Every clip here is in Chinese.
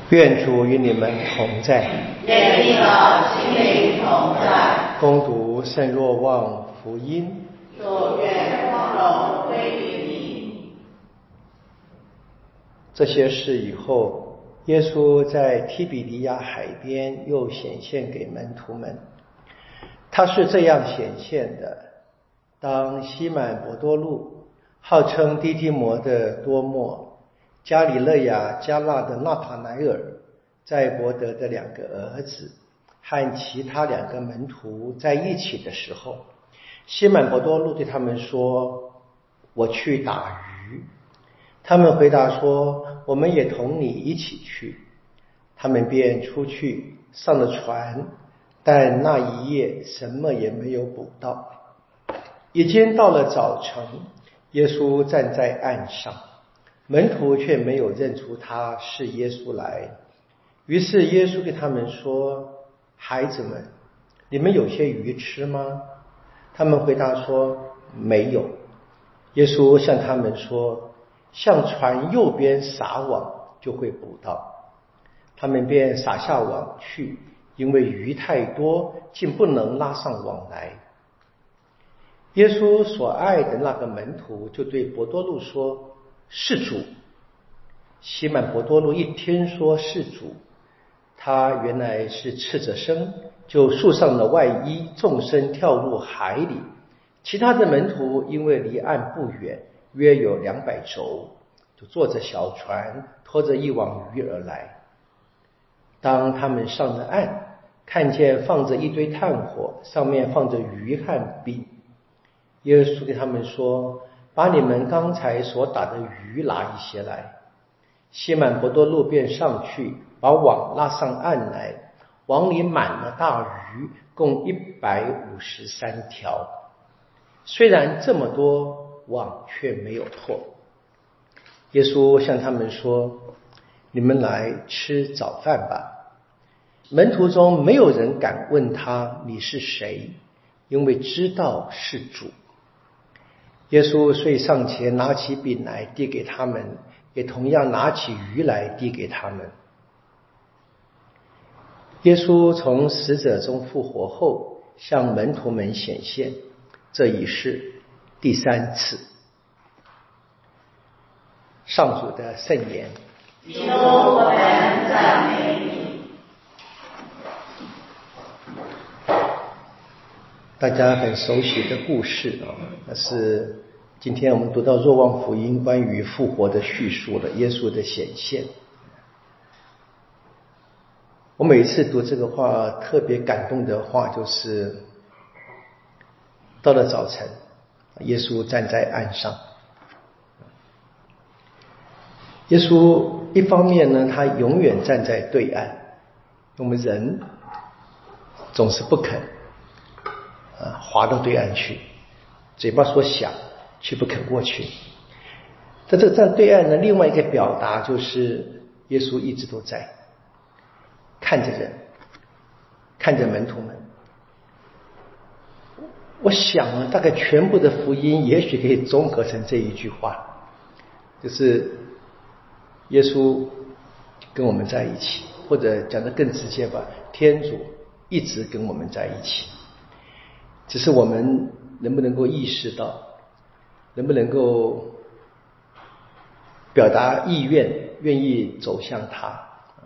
愿主与你们同在， 愿你的心灵同在。 恭读圣若望福音。 主愿光荣归于你。 这些事以后，耶稣在提比利亚海边又显现给门徒们。他是这样显现的：当西满伯多禄，号称低基摩的多默，加里肋亚加纳的纳塔乃尔，在伯德的2个儿子和其他2个门徒在一起的时候，西满伯多禄对他们说：我去打鱼。他们回答说：我们也同你一起去。他们便出去上了船，但那一夜什么也没有捕到。已经到了早晨，耶稣站在岸上，门徒却没有认出他是耶稣来。于是耶稣对他们说：孩子们，你们有些鱼吃吗？他们回答说：没有。耶稣向他们说：向船右边撒网，就会捕到。他们便撒下网去，因为鱼太多，竟不能拉上网来。耶稣所爱的那个门徒就对伯多禄说：是主。西满伯多禄一听说是主，他原来是赤着身，就束上了外衣，纵身跳入海里。其他的门徒因为离岸不远，约有200肘，就坐着小船，拖着一网鱼而来。当他们上了岸，看见放着一堆炭火，上面放着鱼和饼。耶稣对他们说：把你们刚才所打的鱼拿一些来。西满伯多禄便上去，把网拉上岸来，网里满了大鱼，共153条。虽然这么多，网却没有破。耶稣向他们说：你们来吃早饭吧。门徒中没有人敢问他你是谁，因为知道是主。耶稣遂上前拿起饼来递给他们，也同样拿起鱼来递给他们。耶稣从死者中复活后，向门徒们显现，这已是第3次。上主的圣言。 基督，我们赞美你。 大家很熟悉的故事那是今天我们读到若望福音关于复活的叙述了，耶稣的显现。我每一次读这个话特别感动的话，就是到了早晨，耶稣站在岸上。耶稣一方面呢，他永远站在对岸，我们人总是不肯滑到对岸去，嘴巴说想，却不肯过去。在这个站对岸呢，另外一个表达就是耶稣一直都在看着人，看着门徒们。我想大概全部的福音也许可以综合成这一句话，就是耶稣跟我们在一起，或者讲得更直接吧，天主一直跟我们在一起。只是我们能不能够意识到，能不能够表达意愿，愿意走向他。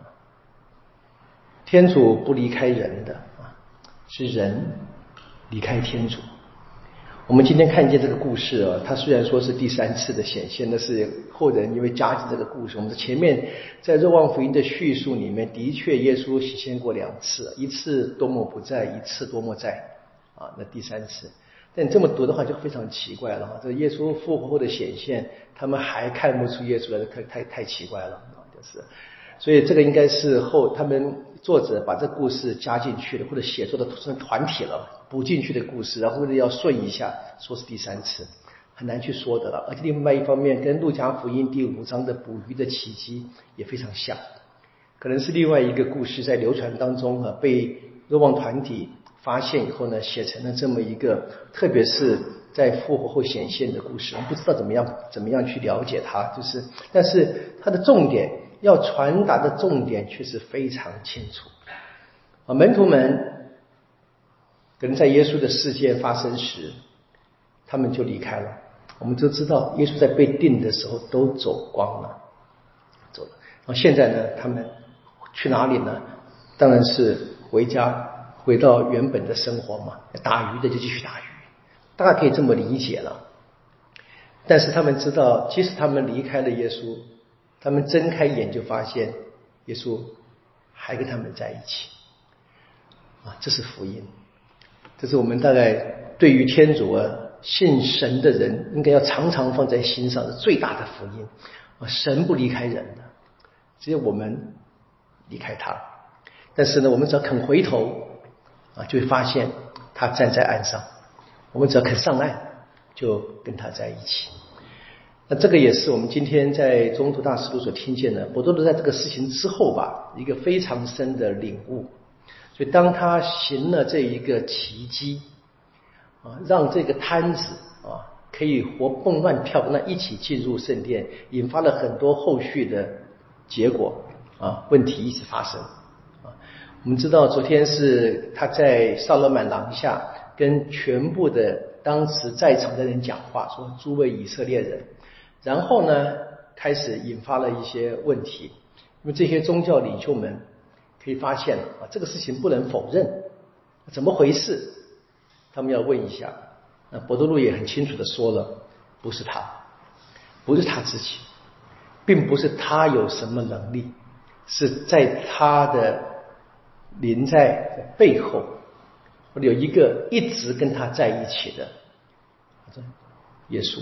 天主不离开人的，是人离开天主。我们今天看见这个故事它虽然说是第3次的显现，但是后人因为加进这个故事，我们的前面在若望福音的叙述里面，的确耶稣显现过2次，一次多么不在，一次多么在那第3次。但你这么读的话就非常奇怪了这耶稣复活后的显现，他们还看不出耶稣来，太奇怪了就是所以这个应该是他们作者把这故事加进去了，或者写作的团体了补进去的故事，然后要顺一下说是第3次，很难去说的了。而且另外一方面跟路加福音第5章的捕鱼的奇迹也非常像，可能是另外一个故事在流传当中被若望团体发现以后呢，写成了这么一个特别是在复活后显现的故事。我们不知道怎么样去了解它，但是它的重点要传达的重点却是非常清楚。门徒们可能在耶稣的事件发生时，他们就离开了。我们都知道，耶稣在被钉的时候都走光了，走了。然后现在呢，他们去哪里呢？当然是回家，回到原本的生活嘛。打鱼的就继续打鱼，大概可以这么理解了。但是他们知道，即使他们离开了耶稣，他们睁开眼就发现耶稣还跟他们在一起。这是福音，这是我们大概对于天主信神的人应该要常常放在心上的最大的福音。神不离开人的，只有我们离开他。但是呢，我们只要肯回头就会发现他站在岸上，我们只要肯上岸就跟他在一起。那这个也是我们今天在宗徒大使徒所听见的，伯多禄在这个事情之后吧，一个非常深的领悟。所以当他行了这一个奇迹让这个摊子可以活蹦乱跳那一起进入圣殿，引发了很多后续的结果问题一直发生我们知道昨天是他在撒勒曼廊下跟全部的当时在场的人讲话，说诸位以色列人，然后呢开始引发了一些问题。因为这些宗教领袖们可以发现这个事情不能否认，怎么回事？他们要问一下。那伯多禄也很清楚地说了，不是他，不是他自己，并不是他有什么能力，是在他的临在背后有一个一直跟他在一起的耶稣。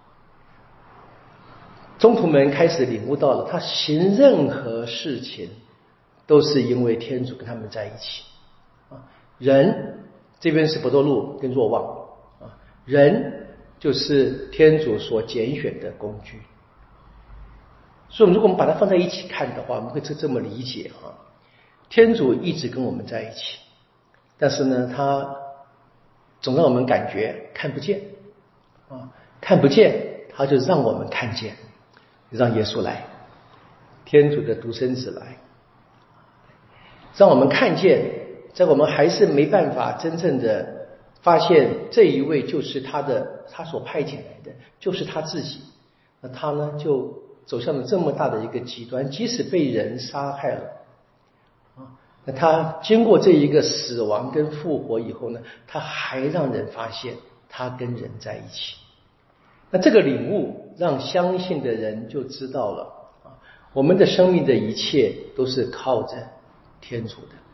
宗徒们开始领悟到了，他行任何事情都是因为天主跟他们在一起人这边是伯多禄跟若望人就是天主所拣选的工具。所以如果我们把它放在一起看的话，我们会这么理解天主一直跟我们在一起，但是呢他总让我们感觉看不见看不见，他就让我们看见，让耶稣来，天主的独生子来，让我们看见，在我们还是没办法真正的发现这一位就是他所派遣来的，就是他自己。那他呢就走向了这么大的一个极端，即使被人杀害了那他经过这一个死亡跟复活以后呢，他还让人发现他跟人在一起。那这个领悟让相信的人就知道了我们的生命的一切都是靠着天主的。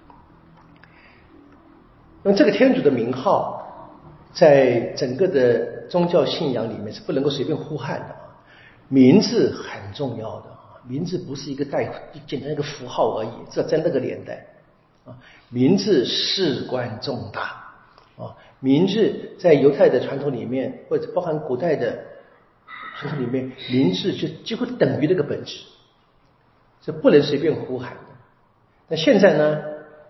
那么这个天主的名号在整个的宗教信仰里面是不能够随便呼喊的名字很重要的名字不是一个简单一个符号而已，这在那个年代名字事关重大名字在犹太的传统里面，或者包含古代的传统里面，名字就几乎等于那个本质，这不能随便呼喊的。那现在呢，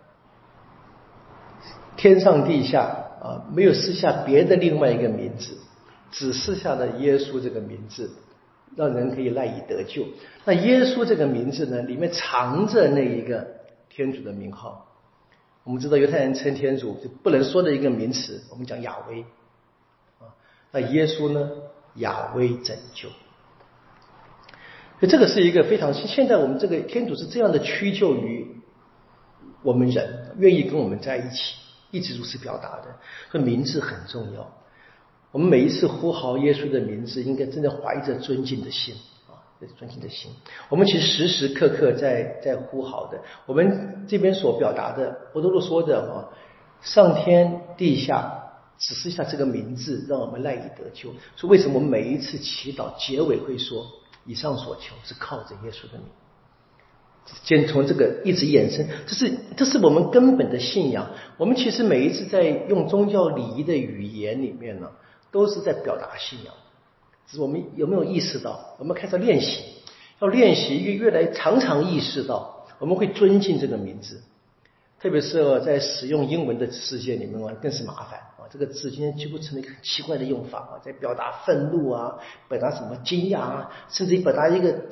天上地下没有赐下别的另外一个名字，只赐下了耶稣这个名字，让人可以赖以得救。那耶稣这个名字呢，里面藏着那一个天主的名号。我们知道犹太人称天主就不能说的一个名词，我们讲雅威那耶稣呢，雅威拯救。所以这个是一个非常，现在我们这个天主是这样的屈就于我们人，愿意跟我们在一起，一直如此表达的。所以名字很重要，我们每一次呼号耶稣的名字，应该真的怀着尊敬的心尊敬的心。我们其实时时刻刻在呼号的。我们这边所表达的，伯多禄说的上天地下只是下这个名字，让我们赖以得救。所以为什么我们每一次祈祷结尾会说以上所求是靠着耶稣的名，先从这个一直衍生，这是我们根本的信仰。我们其实每一次在用宗教礼仪的语言里面呢，都是在表达信仰。只是我们有没有意识到，我们开始练习，要练习越来常常意识到我们会尊敬这个名字。特别是在使用英文的世界里面更是麻烦这个字今天几乎成了一个很奇怪的用法在表达愤怒表达什么惊讶甚至于表达一个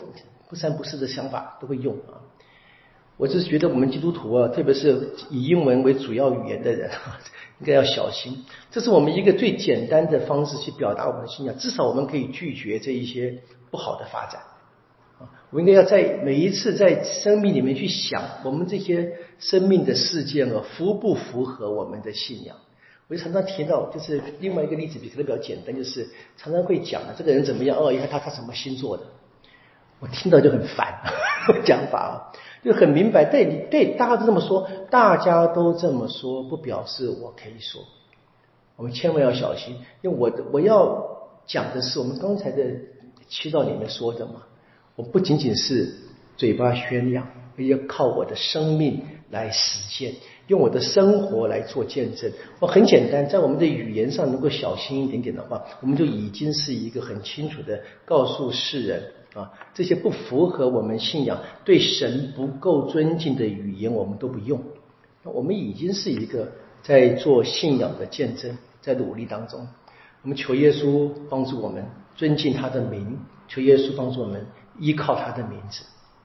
不三不四的想法都会用啊。我只是觉得我们基督徒啊，特别是以英文为主要语言的人啊，应该要小心。这是我们一个最简单的方式去表达我们的信仰，至少我们可以拒绝这一些不好的发展啊。我应该要在每一次在生命里面去想，我们这些生命的事件啊，符不符合我们的信仰。我就常常提到，就是另外一个例子可能比较简单，就是常常会讲这个人怎么样哦，你看他什么星座的，我听到就很烦讲法啊，就很明白，对，大家都这么说，大家都这么说，不表示我可以说。我们千万要小心，因为我要讲的是我们刚才的祈祷里面说的嘛，我不仅仅是嘴巴宣扬，也要靠我的生命来实现，用我的生活来做见证。我很简单，在我们的语言上能够小心一点点的话，我们就已经是一个很清楚的告诉世人啊，这些不符合我们信仰、对神不够尊敬的语言我们都不用。我们已经是一个在做信仰的见证，在努力当中。我们求耶稣帮助我们尊敬他的名，求耶稣帮助我们依靠他的名字。